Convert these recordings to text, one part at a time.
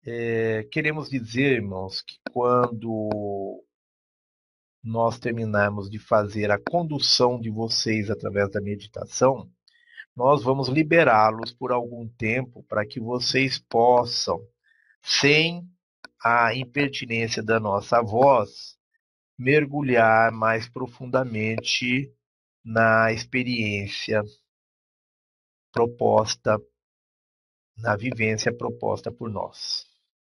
Queremos dizer, irmãos, que quando nós terminarmos de fazer a condução de vocês através da meditação, nós vamos liberá-los por algum tempo para que vocês possam, sem a impertinência da nossa voz, mergulhar mais profundamente na experiência proposta, na vivência proposta por nós.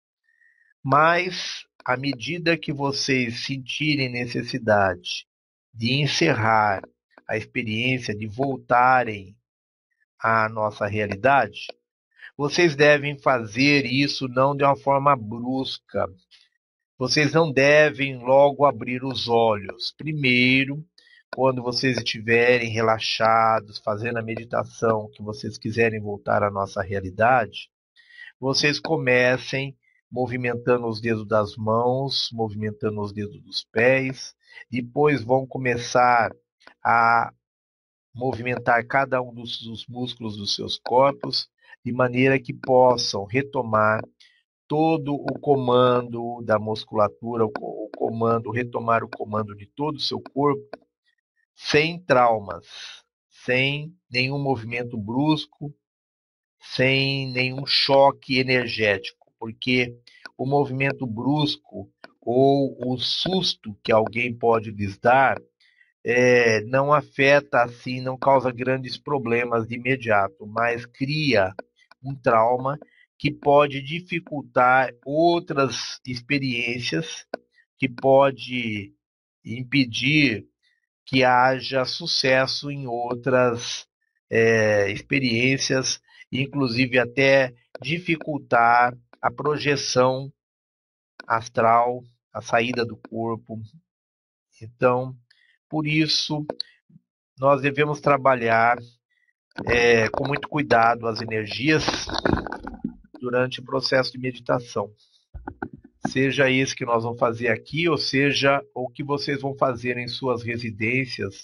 Mas, à medida que vocês sentirem necessidade de encerrar a experiência, de voltarem à nossa realidade, vocês devem fazer isso não de uma forma brusca. Vocês não devem logo abrir os olhos. Primeiro, quando vocês estiverem relaxados, fazendo a meditação, que vocês quiserem voltar à nossa realidade, vocês comecem movimentando os dedos das mãos, movimentando os dedos dos pés, depois vão começar a movimentar cada um dos músculos dos seus corpos, de maneira que possam retomar todo o comando da musculatura, o comando, retomar o comando de todo o seu corpo, sem traumas, sem nenhum movimento brusco, sem nenhum choque energético, porque o movimento brusco ou o susto que alguém pode lhes dar não afeta assim, não causa grandes problemas de imediato, mas cria um trauma que pode dificultar outras experiências, que pode impedir que haja sucesso em outras experiências, inclusive até dificultar a projeção astral, a saída do corpo. Então, por isso, nós devemos trabalhar com muito cuidado as energias durante o processo de meditação. Seja esse que nós vamos fazer aqui, ou seja, o que vocês vão fazer em suas residências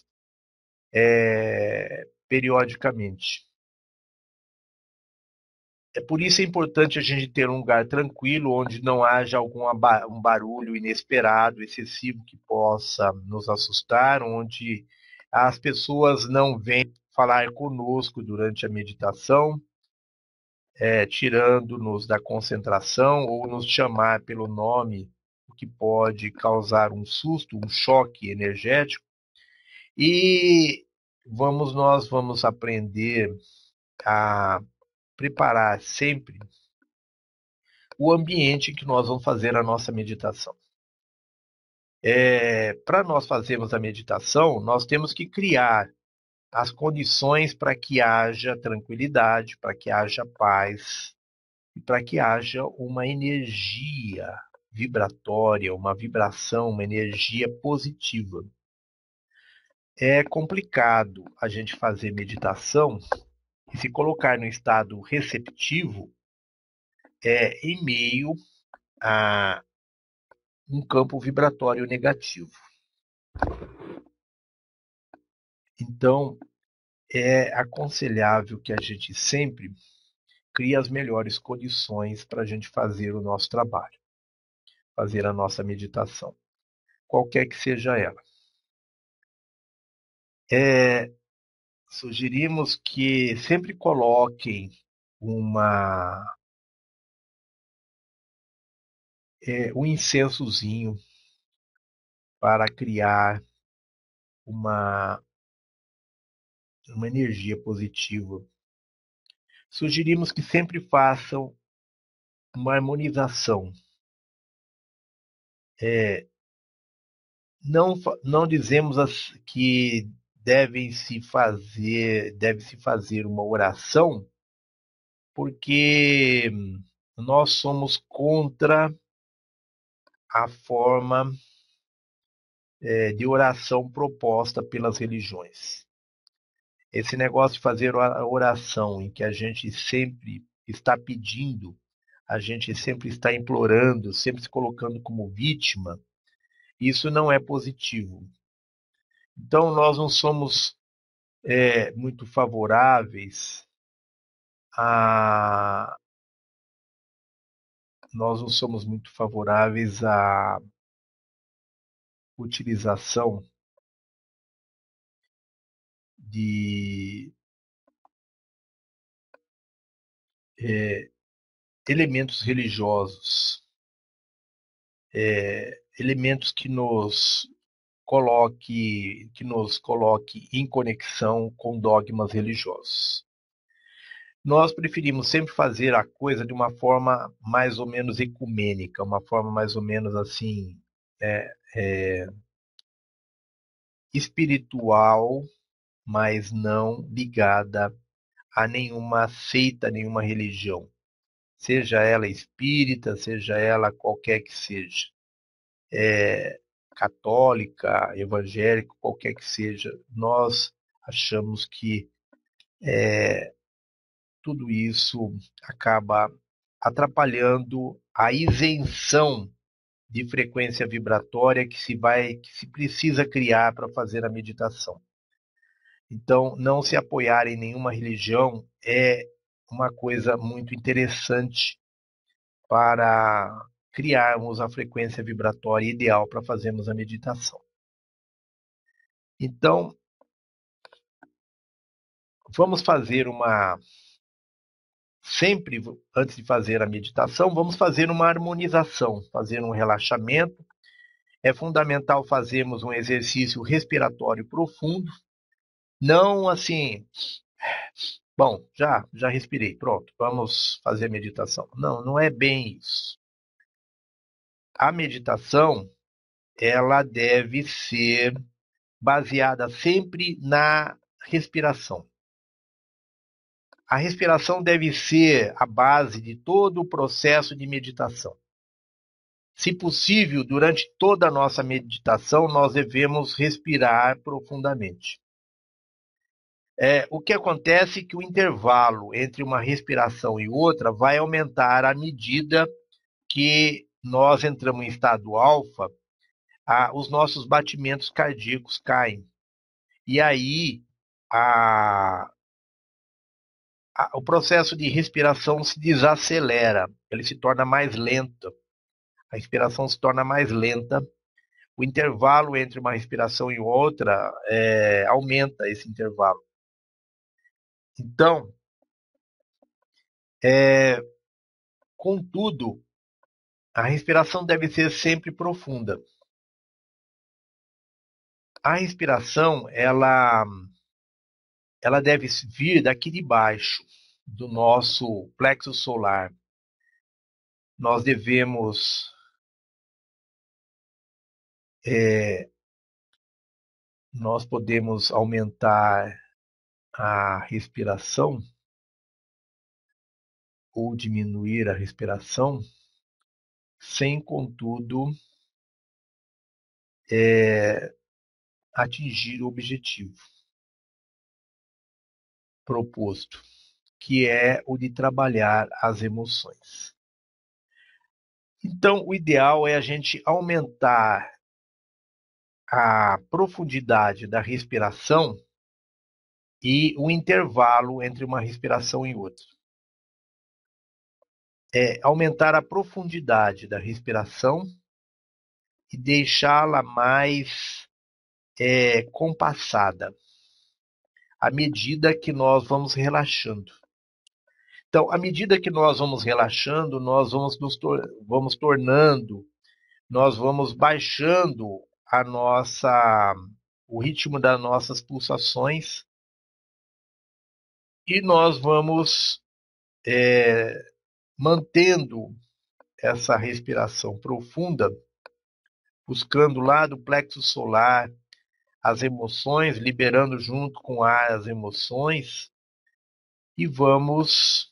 periodicamente. Por isso é importante a gente ter um lugar tranquilo, onde não haja um barulho inesperado, excessivo, que possa nos assustar, onde as pessoas não venham falar conosco durante a meditação, tirando-nos da concentração ou nos chamar pelo nome, o que pode causar um susto, um choque energético. E nós vamos aprender a preparar sempre o ambiente em que nós vamos fazer a nossa meditação. Para nós fazermos a meditação, nós temos que criar as condições para que haja tranquilidade, para que haja paz e para que haja uma energia vibratória, uma vibração, uma energia positiva. É complicado a gente fazer meditação e se colocar no estado receptivo em meio a um campo vibratório negativo. Então, é aconselhável que a gente sempre crie as melhores condições para a gente fazer o nosso trabalho, fazer a nossa meditação, qualquer que seja ela. Sugerimos que sempre coloquem um incensozinho para criar uma energia positiva. Sugerimos que sempre façam uma harmonização. Não dizemos que deve-se fazer uma oração, porque nós somos contra a forma de oração proposta pelas religiões. Esse negócio de fazer a oração em que a gente sempre está pedindo, a gente sempre está implorando, sempre se colocando como vítima, isso não é positivo. Então, nós não somos muito favoráveis a nós não somos muito favoráveis à utilização de elementos religiosos, elementos que nos coloque em conexão com dogmas religiosos. Nós preferimos sempre fazer a coisa de uma forma mais ou menos ecumênica, uma forma mais ou menos assim, espiritual, mas não ligada a nenhuma seita, nenhuma religião, seja ela espírita, seja ela qualquer que seja, católica, evangélica, qualquer que seja. Nós achamos que tudo isso acaba atrapalhando a isenção de frequência vibratória que se precisa criar para fazer a meditação. Então, não se apoiar em nenhuma religião é uma coisa muito interessante para criarmos a frequência vibratória ideal para fazermos a meditação. Então, vamos fazer sempre antes de fazer a meditação, vamos fazer uma harmonização, fazer um relaxamento. É fundamental fazermos um exercício respiratório profundo, não assim, bom, já respirei, pronto, vamos fazer a meditação. Não, não é bem isso. A meditação, ela deve ser baseada sempre na respiração. A respiração deve ser a base de todo o processo de meditação. Se possível, durante toda a nossa meditação, nós devemos respirar profundamente. O que acontece é que o intervalo entre uma respiração e outra vai aumentar à medida que nós entramos em estado alfa, os nossos batimentos cardíacos caem. E aí o processo de respiração se desacelera, ele se torna mais lento. A respiração se torna mais lenta. O intervalo entre uma respiração e outra aumenta esse intervalo. Então, contudo, a respiração deve ser sempre profunda. A respiração, ela deve vir daqui de baixo, do nosso plexo solar. Nós devemos nós podemos aumentar a respiração ou diminuir a respiração sem, contudo, atingir o objetivo proposto, que é o de trabalhar as emoções. Então, o ideal é a gente aumentar a profundidade da respiração e o intervalo entre uma respiração e outra. Aumentar a profundidade da respiração e deixá-la mais compassada, à medida que nós vamos relaxando. Então, à medida que nós vamos relaxando, nós vamos tornando, nós vamos baixando o ritmo das nossas pulsações e nós vamos mantendo essa respiração profunda, buscando lá do plexo solar as emoções, liberando junto com o ar as emoções e vamos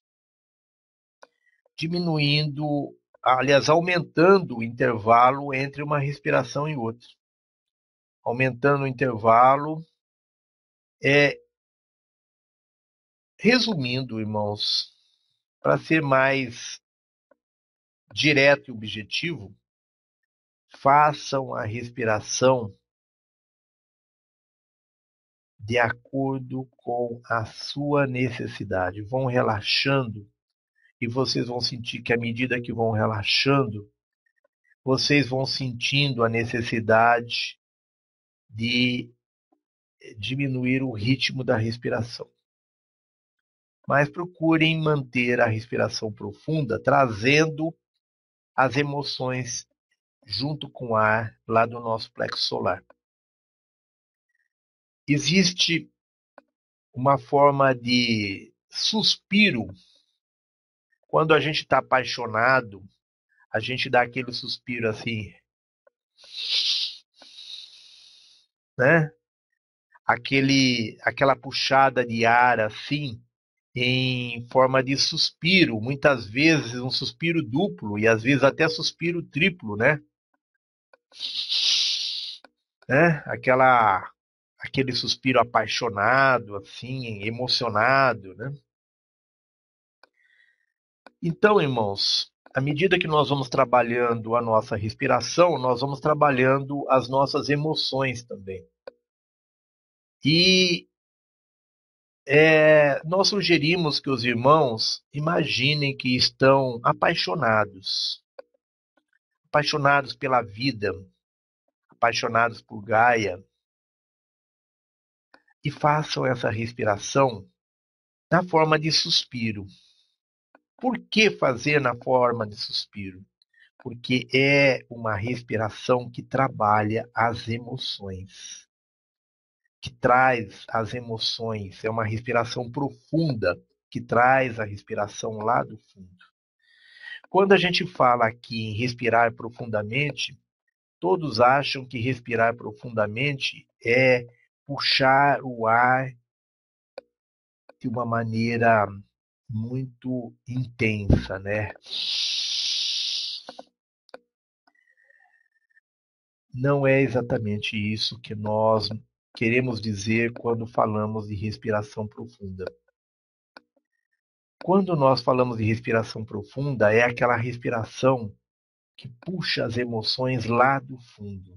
diminuindo, aliás, aumentando o intervalo entre uma respiração e outra. Aumentando o intervalo. Resumindo, irmãos, para ser mais direto e objetivo, façam a respiração de acordo com a sua necessidade. Vão relaxando e vocês vão sentir que à medida que vão relaxando, vocês vão sentindo a necessidade de diminuir o ritmo da respiração. Mas procurem manter a respiração profunda, trazendo as emoções junto com o ar lá do nosso plexo solar. Existe uma forma de suspiro. Quando a gente está apaixonado, a gente dá aquele suspiro assim, né? Aquela puxada de ar assim, em forma de suspiro, muitas vezes um suspiro duplo e às vezes até suspiro triplo, né? Aquele suspiro apaixonado, assim, emocionado, né? Então, irmãos, à medida que nós vamos trabalhando a nossa respiração, nós vamos trabalhando as nossas emoções também. E nós sugerimos que os irmãos imaginem que estão apaixonados pela vida, apaixonados por Gaia, e façam essa respiração na forma de suspiro. Por que fazer na forma de suspiro? Porque é uma respiração que trabalha as emoções, que traz as emoções, é uma respiração profunda, que traz a respiração lá do fundo. Quando a gente fala aqui em respirar profundamente, todos acham que respirar profundamente é puxar o ar de uma maneira muito intensa, né? Não é exatamente isso que nós queremos dizer quando falamos de respiração profunda. Quando nós falamos de respiração profunda, é aquela respiração que puxa as emoções lá do fundo.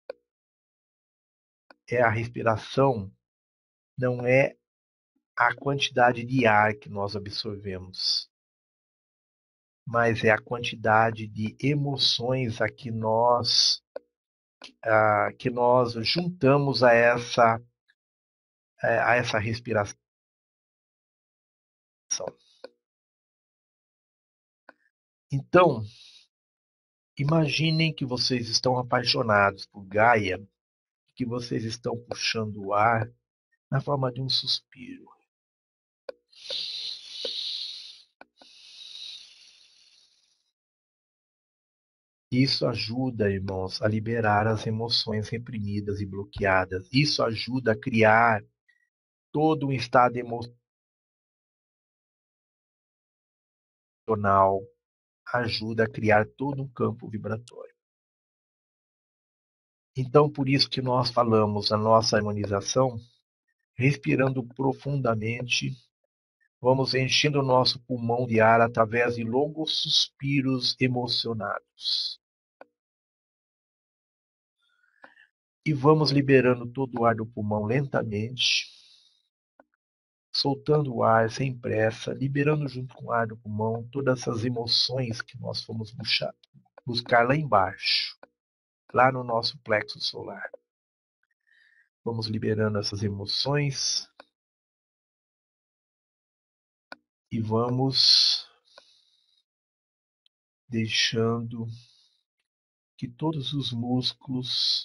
É a respiração, não é a quantidade de ar que nós absorvemos, mas é a quantidade de emoções que nós juntamos a essa respiração. Então, imaginem que vocês estão apaixonados por Gaia, que vocês estão puxando o ar na forma de um suspiro. Isso ajuda, irmãos, a liberar as emoções reprimidas e bloqueadas. Isso ajuda a criar todo um estado emocional, ajuda a criar todo um campo vibratório. Então, por isso que nós falamos a nossa harmonização, respirando profundamente, vamos enchendo o nosso pulmão de ar através de longos suspiros emocionados. E vamos liberando todo o ar do pulmão lentamente, soltando o ar sem pressa, liberando junto com o ar do pulmão todas essas emoções que nós fomos buscar lá embaixo, lá no nosso plexo solar. Vamos liberando essas emoções e vamos deixando que todos os músculos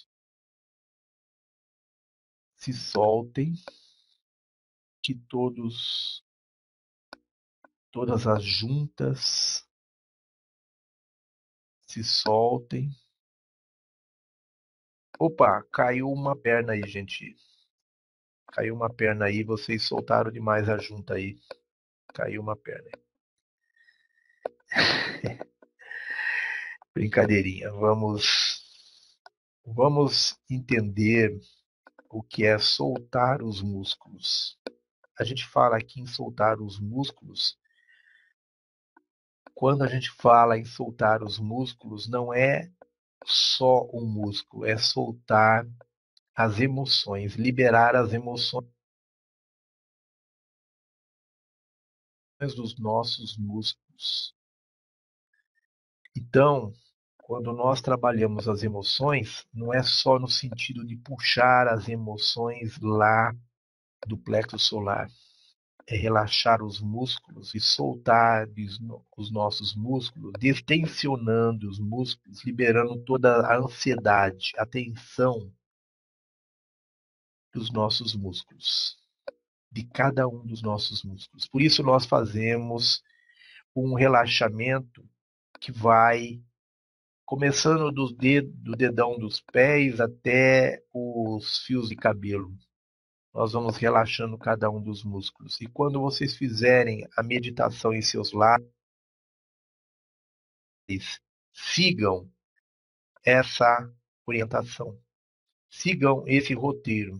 se soltem, que todas as juntas se soltem. Opa, caiu uma perna aí, gente. Caiu uma perna aí, vocês soltaram demais a junta aí. Caiu uma perna. Brincadeirinha. Vamos entender o que é soltar os músculos. A gente fala aqui em soltar os músculos. Quando a gente fala em soltar os músculos, não é só o músculo, é soltar as emoções, liberar as emoções dos nossos músculos. músculos. Então, quando nós trabalhamos as emoções, não é só no sentido de puxar as emoções lá do plexo solar, é relaxar os músculos e soltar os nossos músculos, distensionando os músculos, liberando toda a ansiedade, a tensão dos nossos músculos, de cada um dos nossos músculos. Por isso nós fazemos um relaxamento que vai começando do dedão dos pés até os fios de cabelo. Nós vamos relaxando cada um dos músculos. E quando vocês fizerem a meditação em seus lares, sigam essa orientação. Sigam esse roteiro.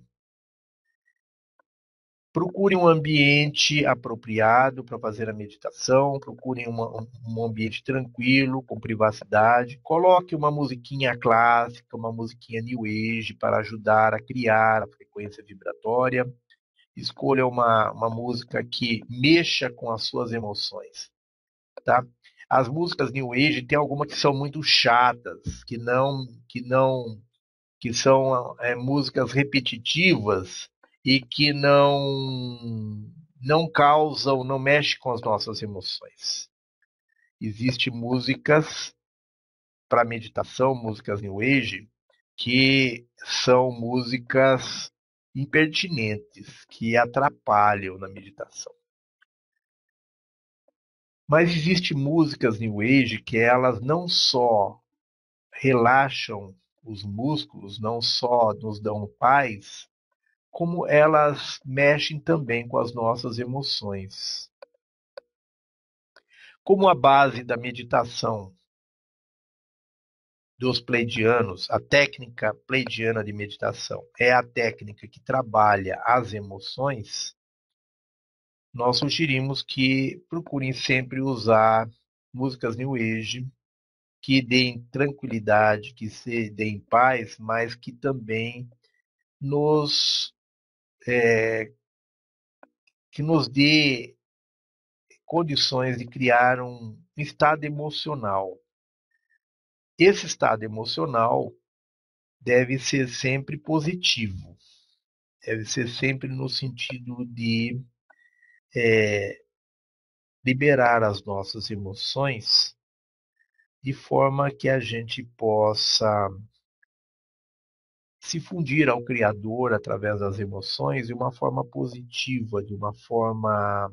Procure um ambiente apropriado para fazer a meditação, procure um ambiente tranquilo, com privacidade. Coloque uma musiquinha clássica, uma musiquinha New Age para ajudar a criar a frequência vibratória. Escolha uma música que mexa com as suas emoções. Tá? As músicas New Age tem algumas que são muito chatas, que são músicas repetitivas e que não causam, não mexem com as nossas emoções. Existem músicas para meditação, músicas New Age, que são músicas impertinentes, que atrapalham na meditação. Mas existem músicas New Age que elas não só relaxam os músculos, não só nos dão paz, como elas mexem também com as nossas emoções. Como a base da meditação dos pleidianos, a técnica pleidiana de meditação é a técnica que trabalha as emoções, nós sugerimos que procurem sempre usar músicas New Age que deem tranquilidade, que se deem paz, mas que também nos que nos dê condições de criar um estado emocional. Esse estado emocional deve ser sempre positivo, deve ser sempre no sentido de liberar as nossas emoções de forma que a gente possa se fundir ao Criador através das emoções de uma forma positiva, de uma forma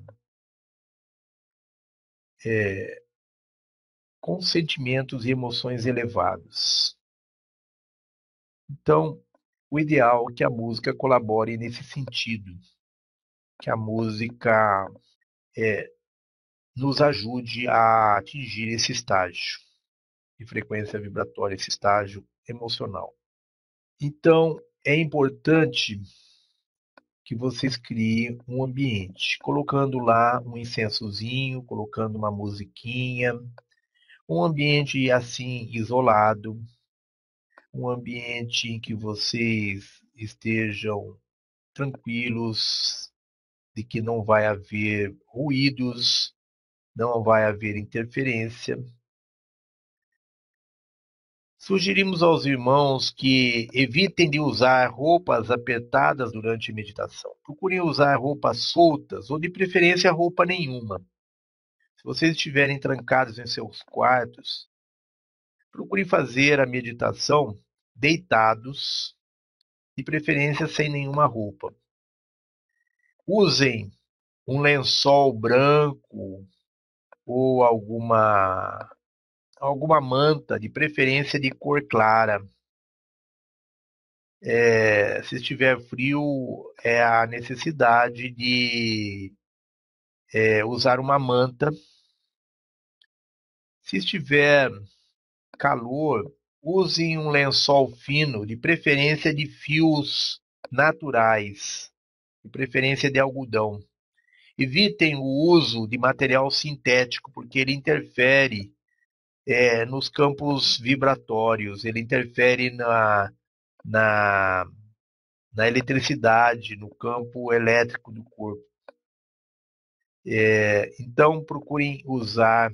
com sentimentos e emoções elevados. Então, o ideal é que a música colabore nesse sentido, que a música nos ajude a atingir esse estágio de frequência vibratória, esse estágio emocional. Então, é importante que vocês criem um ambiente, colocando lá um incensozinho, colocando uma musiquinha, um ambiente assim isolado, um ambiente em que vocês estejam tranquilos, de que não vai haver ruídos, não vai haver interferência. Sugerimos aos irmãos que evitem de usar roupas apertadas durante a meditação. Procurem usar roupas soltas ou, de preferência, roupa nenhuma. Se vocês estiverem trancados em seus quartos, procurem fazer a meditação deitados, de preferência sem nenhuma roupa. Usem um lençol branco ou alguma manta, de preferência de cor clara. Se estiver frio, é a necessidade de usar uma manta. Se estiver calor, usem um lençol fino, de preferência de fios naturais, de preferência de algodão. Evitem o uso de material sintético, porque ele interfere nos campos vibratórios, ele interfere na, na eletricidade, no campo elétrico do corpo. Então, procurem usar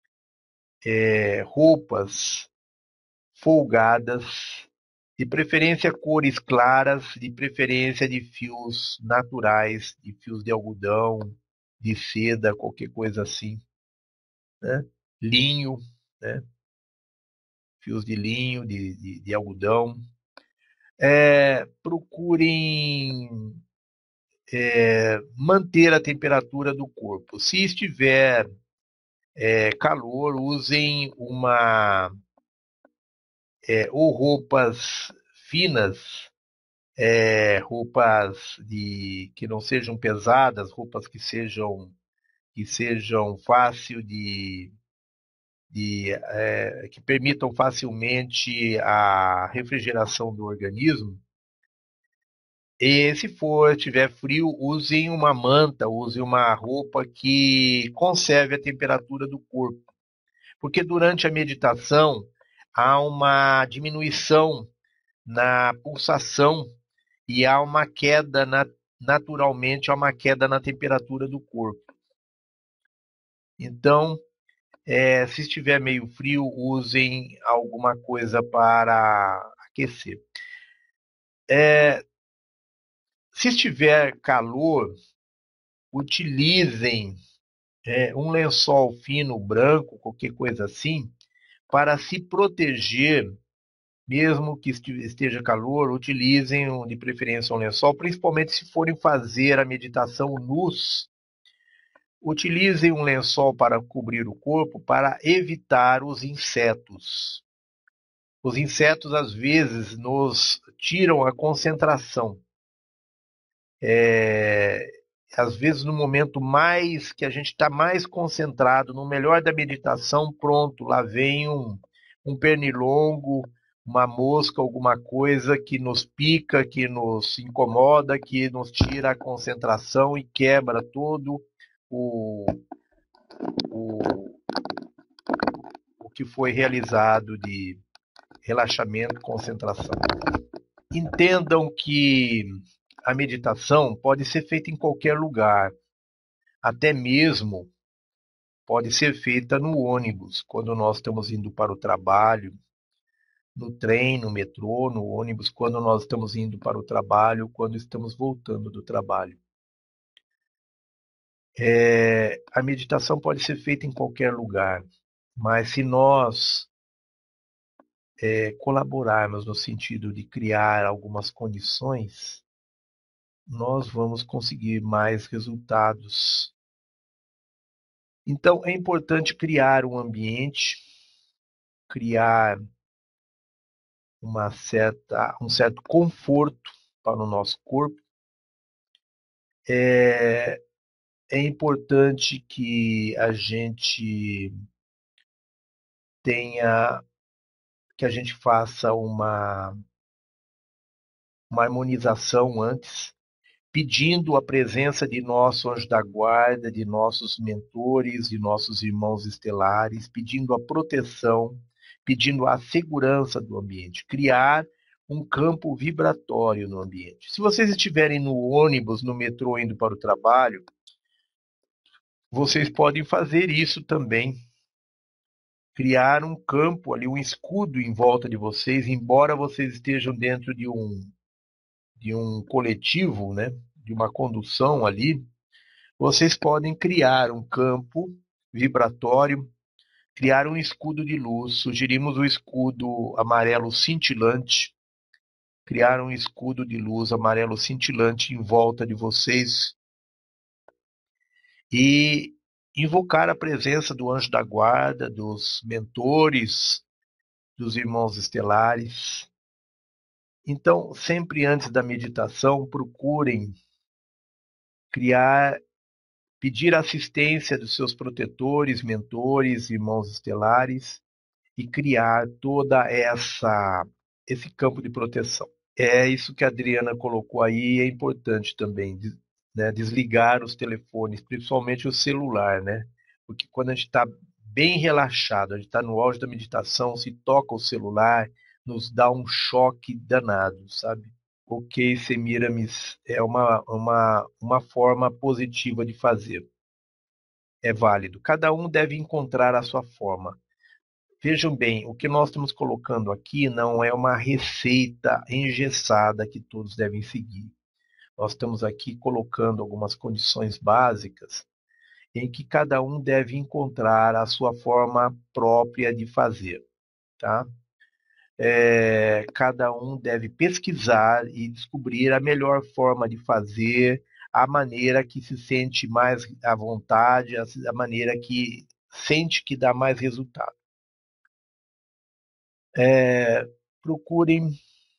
roupas folgadas, de preferência cores claras, de preferência de fios naturais, de fios de algodão, de seda, qualquer coisa assim, né? Linho, né? Fios de linho, de algodão. Procurem manter a temperatura do corpo. Se estiver calor, usem ou roupas finas, roupas que não sejam pesadas, roupas que sejam fácil que permitam facilmente a refrigeração do organismo. E se tiver frio, usem uma manta, use uma roupa que conserve a temperatura do corpo. Porque durante a meditação há uma diminuição na pulsação e há uma queda naturalmente, há uma queda na temperatura do corpo. Então, se estiver meio frio, usem alguma coisa para aquecer. Se estiver calor, utilizem um lençol fino, branco, qualquer coisa assim, para se proteger, mesmo que esteja calor, utilizem de preferência um lençol, principalmente se forem fazer a meditação nus. Utilizem um lençol para cobrir o corpo para evitar os insetos. Os insetos, às vezes, nos tiram a concentração. Às vezes, no momento mais que a gente está mais concentrado, no melhor da meditação, pronto, lá vem um pernilongo, uma mosca, alguma coisa que nos pica, que nos incomoda, que nos tira a concentração e quebra todo o, o, o que foi realizado de relaxamento e concentração. Entendam que a meditação pode ser feita em qualquer lugar, até mesmo pode ser feita no ônibus, quando nós estamos indo para o trabalho, no trem, no metrô, no ônibus, quando nós estamos indo para o trabalho, quando estamos voltando do trabalho. A meditação pode ser feita em qualquer lugar, mas se nós colaborarmos no sentido de criar algumas condições, nós vamos conseguir mais resultados. Então, é importante criar um ambiente, criar um certo conforto para o nosso corpo. É importante que a gente que a gente faça uma harmonização antes, pedindo a presença de nosso anjo da guarda, de nossos mentores, de nossos irmãos estelares, pedindo a proteção, pedindo a segurança do ambiente, criar um campo vibratório no ambiente. Se vocês estiverem no ônibus, no metrô indo para o trabalho, vocês podem fazer isso também. Criar um campo ali, um escudo em volta de vocês, embora vocês estejam dentro de um coletivo, né, de uma condução ali, vocês podem criar um campo vibratório, criar um escudo de luz. Sugerimos o escudo amarelo cintilante, criar um escudo de luz amarelo cintilante em volta de vocês e invocar a presença do anjo da guarda, dos mentores, dos irmãos estelares. Então, sempre antes da meditação, procurem pedir assistência dos seus protetores, mentores, irmãos estelares e criar esse campo de proteção. É isso que a Adriana colocou aí, é importante também, né, desligar os telefones, principalmente o celular, né? Porque quando a gente está bem relaxado, a gente está no auge da meditação, se toca o celular, nos dá um choque danado, sabe? Ok, Semiramis, é uma forma positiva de fazer. é válido. Cada um deve encontrar a sua forma. Vejam bem, o que nós estamos colocando aqui não é uma receita engessada que todos devem seguir. Nós estamos aqui colocando algumas condições básicas em que cada um deve encontrar a sua forma própria de fazer, tá? Cada um deve pesquisar e descobrir a melhor forma de fazer, a maneira que se sente mais à vontade, a maneira que sente que dá mais resultado. Procurem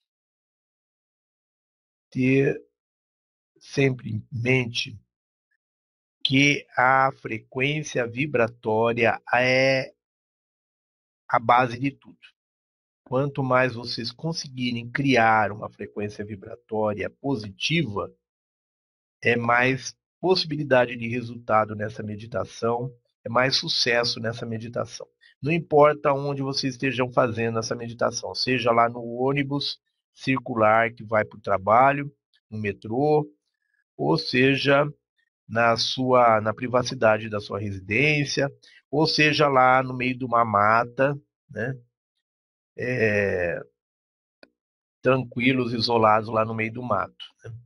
ter sempre em mente que a frequência vibratória é a base de tudo. Quanto mais vocês conseguirem criar uma frequência vibratória positiva, é mais possibilidade de resultado nessa meditação, é mais sucesso nessa meditação. Não importa onde vocês estejam fazendo essa meditação, seja lá no ônibus circular que vai para o trabalho, no metrô, ou seja na privacidade da sua residência, ou seja lá no meio de uma mata, né? Tranquilos, isolados lá no meio do mato.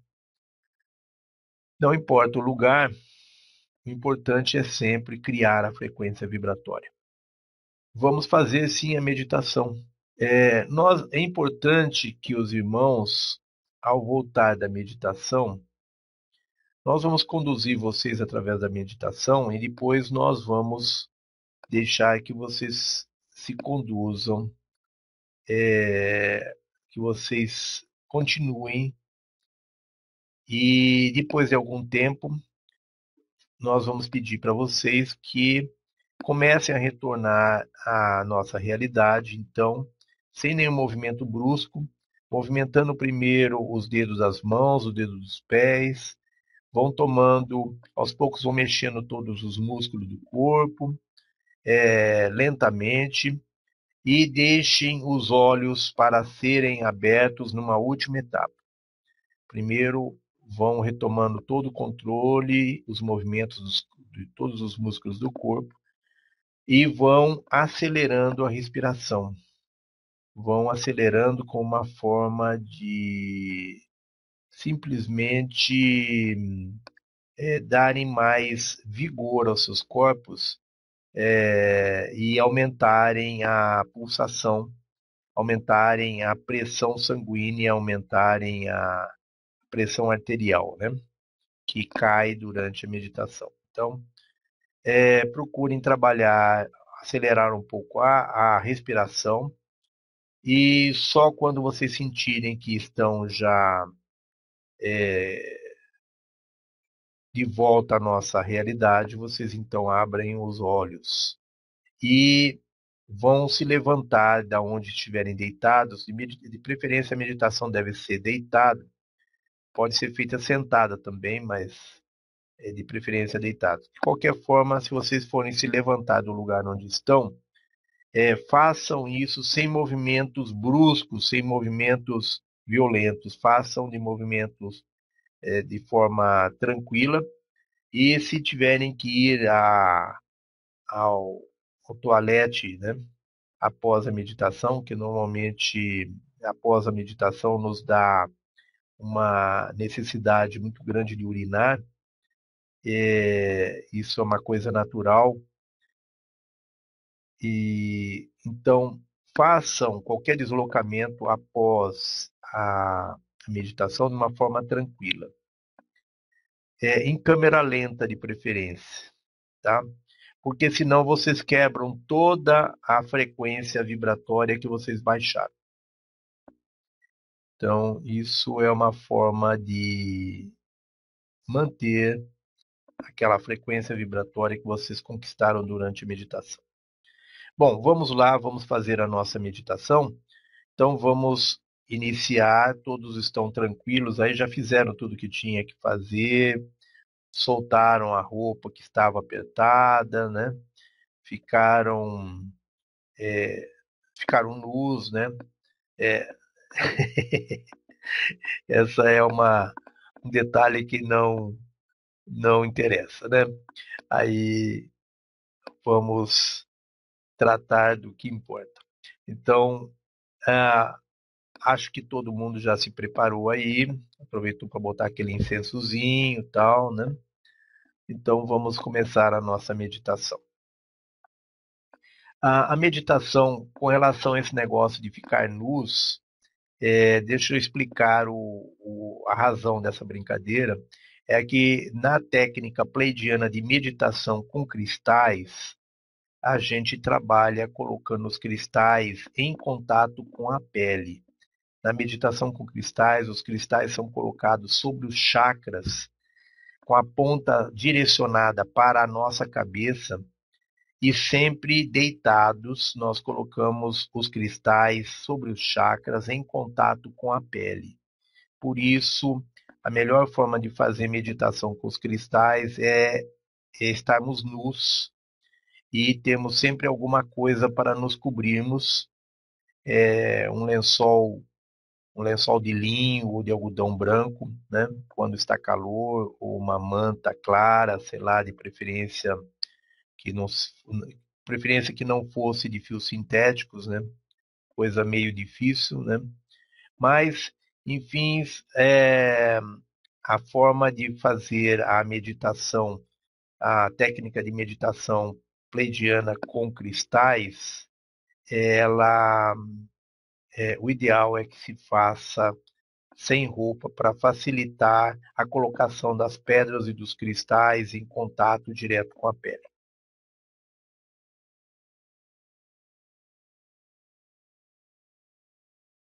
Não importa o lugar, o importante é sempre criar a frequência vibratória. Vamos fazer sim a meditação. É importante que os irmãos, ao voltar da meditação, nós vamos conduzir vocês através da meditação e depois nós vamos deixar que vocês se conduzam, que vocês continuem e depois de algum tempo nós vamos pedir para vocês que comecem a retornar à nossa realidade, então, sem nenhum movimento brusco, movimentando primeiro os dedos das mãos, os dedos dos pés, vão tomando, aos poucos vão mexendo todos os músculos do corpo, lentamente, e deixem os olhos para serem abertos numa última etapa. Primeiro vão retomando todo o controle, os movimentos de todos os músculos do corpo e vão acelerando a respiração. Vão acelerando com uma forma de simplesmente darem mais vigor aos seus corpos e aumentarem a pulsação, aumentarem a pressão sanguínea, aumentarem a pressão arterial, né? Que cai durante a meditação. Então, procurem trabalhar, acelerar um pouco a respiração e só quando vocês sentirem que estão já de volta à nossa realidade, vocês então abrem os olhos e vão se levantar da onde estiverem deitados. De preferência, a meditação deve ser deitada. Pode ser feita sentada também, mas de preferência deitado. De qualquer forma, se vocês forem se levantar do lugar onde estão, façam isso sem movimentos bruscos, sem movimentos violentos. Façam de movimentos de forma tranquila. E se tiverem que ir ao, ao toalete, né, após a meditação, que normalmente após a meditação nos dá uma necessidade muito grande de urinar, isso é uma coisa natural. E então façam qualquer deslocamento após a meditação de uma forma tranquila, em câmera lenta de preferência, tá? Porque senão vocês quebram toda a frequência vibratória que vocês baixaram. Então, isso é uma forma de manter aquela frequência vibratória que vocês conquistaram durante a meditação. Bom, vamos lá, vamos fazer a nossa meditação. Então, vamos iniciar. Todos estão tranquilos, aí já fizeram tudo que tinha que fazer, soltaram a roupa que estava apertada, né? Ficaram, ficaram nus, né? É, essa é um detalhe que não interessa, né? Aí vamos tratar do que importa. Então, ah, acho que todo mundo já se preparou aí, aproveitou para botar aquele incensozinho e tal, né? Então vamos começar a nossa meditação. A meditação com relação a esse negócio de ficar nus, deixa eu explicar a razão dessa brincadeira. É que na técnica pleidiana de meditação com cristais, a gente trabalha colocando os cristais em contato com a pele. Na meditação com cristais, os cristais são colocados sobre os chakras, com a ponta direcionada para a nossa cabeça e sempre deitados, nós colocamos os cristais sobre os chakras em contato com a pele. Por isso, a melhor forma de fazer meditação com os cristais é estarmos nus e temos sempre alguma coisa para nos cobrirmos, um lençol de linho ou de algodão branco, né? Quando está calor, ou uma manta clara, sei lá, que não, preferência que não fosse de fios sintéticos, né? Coisa meio difícil, né? Mas, enfim, a forma de fazer a meditação, a técnica de meditação pleidiana com cristais, ela, o ideal é que se faça sem roupa para facilitar a colocação das pedras e dos cristais em contato direto com a pele.